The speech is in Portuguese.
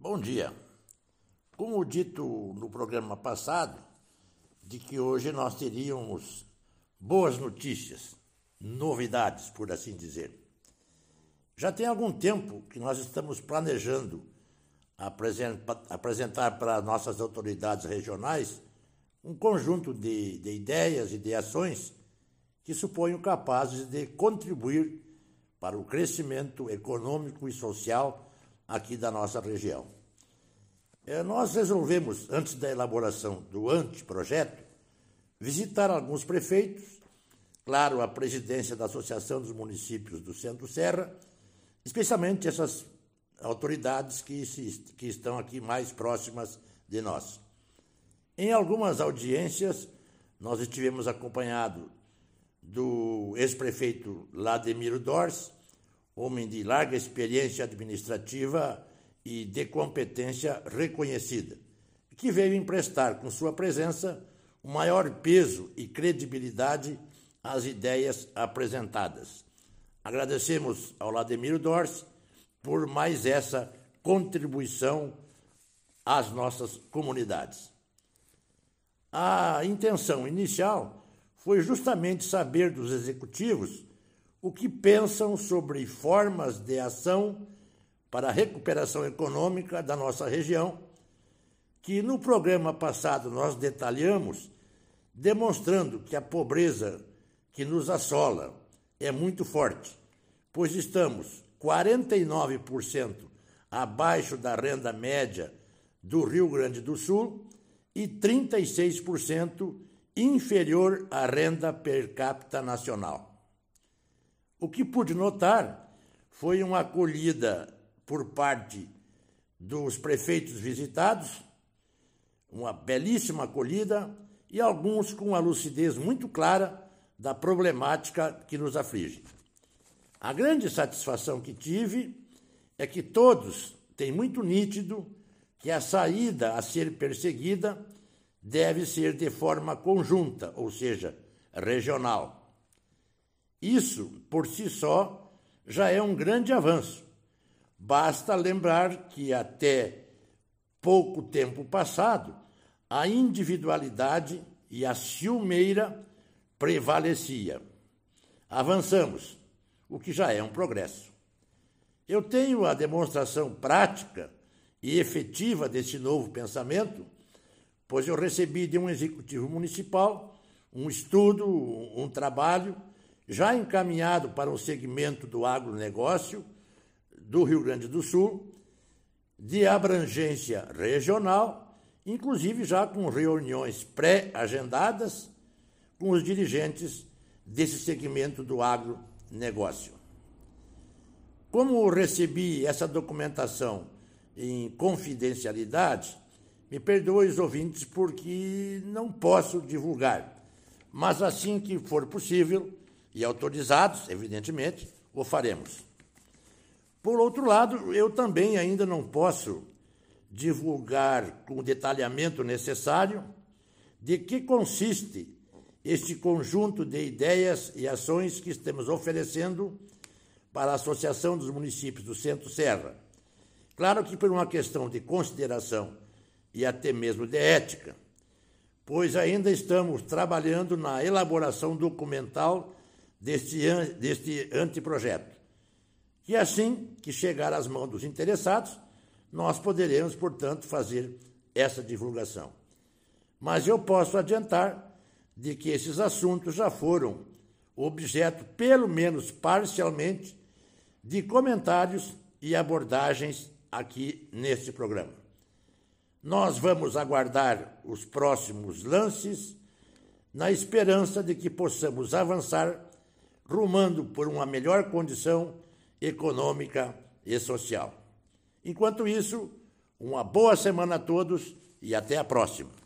Bom dia. Como dito no programa passado, de que hoje nós teríamos boas notícias, novidades, por assim dizer. Já tem algum tempo que nós estamos planejando apresentar para nossas autoridades regionais um conjunto de ideias e de ações que suponham capazes de contribuir para o crescimento econômico e social aqui da nossa região. Nós resolvemos, antes da elaboração do anteprojeto, visitar alguns prefeitos, claro, a presidência da Associação dos Municípios do Centro-Serra, especialmente essas autoridades que estão aqui mais próximas de nós. Em algumas audiências, nós estivemos acompanhados do ex-prefeito Lademiro Dors, homem de larga experiência administrativa e de competência reconhecida, que veio emprestar com sua presença o maior peso e credibilidade às ideias apresentadas. Agradecemos ao Lademiro Dors por mais essa contribuição às nossas comunidades. A intenção inicial foi justamente saber dos executivos o que pensam sobre formas de ação para a recuperação econômica da nossa região, que no programa passado nós detalhamos, demonstrando que a pobreza que nos assola é muito forte, pois estamos 49% abaixo da renda média do Rio Grande do Sul e 36% inferior à renda per capita nacional. O que pude notar foi uma acolhida por parte dos prefeitos visitados, uma belíssima acolhida e alguns com uma lucidez muito clara da problemática que nos aflige. A grande satisfação que tive é que todos têm muito nítido que a saída a ser perseguida deve ser de forma conjunta, ou seja, regional. Isso, por si só, já é um grande avanço. Basta lembrar que até pouco tempo passado, a individualidade e a ciumeira prevalecia. Avançamos, o que já é um progresso. Eu tenho a demonstração prática e efetiva desse novo pensamento, pois eu recebi de um executivo municipal um estudo, um trabalho já encaminhado para o segmento do agronegócio do Rio Grande do Sul, de abrangência regional, inclusive já com reuniões pré-agendadas com os dirigentes desse segmento do agronegócio. Como recebi essa documentação em confidencialidade, me perdoem os ouvintes porque não posso divulgar, mas assim que for possível e autorizados, evidentemente, o faremos. Por outro lado, eu também ainda não posso divulgar com o detalhamento necessário de que consiste este conjunto de ideias e ações que estamos oferecendo para a Associação dos Municípios do Centro-Serra. Claro que por uma questão de consideração e até mesmo de ética, pois ainda estamos trabalhando na elaboração documental deste anteprojeto. E assim que chegar às mãos dos interessados, nós poderemos, portanto, fazer essa divulgação. Mas eu posso adiantar de que esses assuntos já foram objeto, pelo menos parcialmente, de comentários e abordagens aqui neste programa. Nós vamos aguardar os próximos lances na esperança de que possamos avançar rumando por uma melhor condição econômica e social. Enquanto isso, uma boa semana a todos e até a próxima.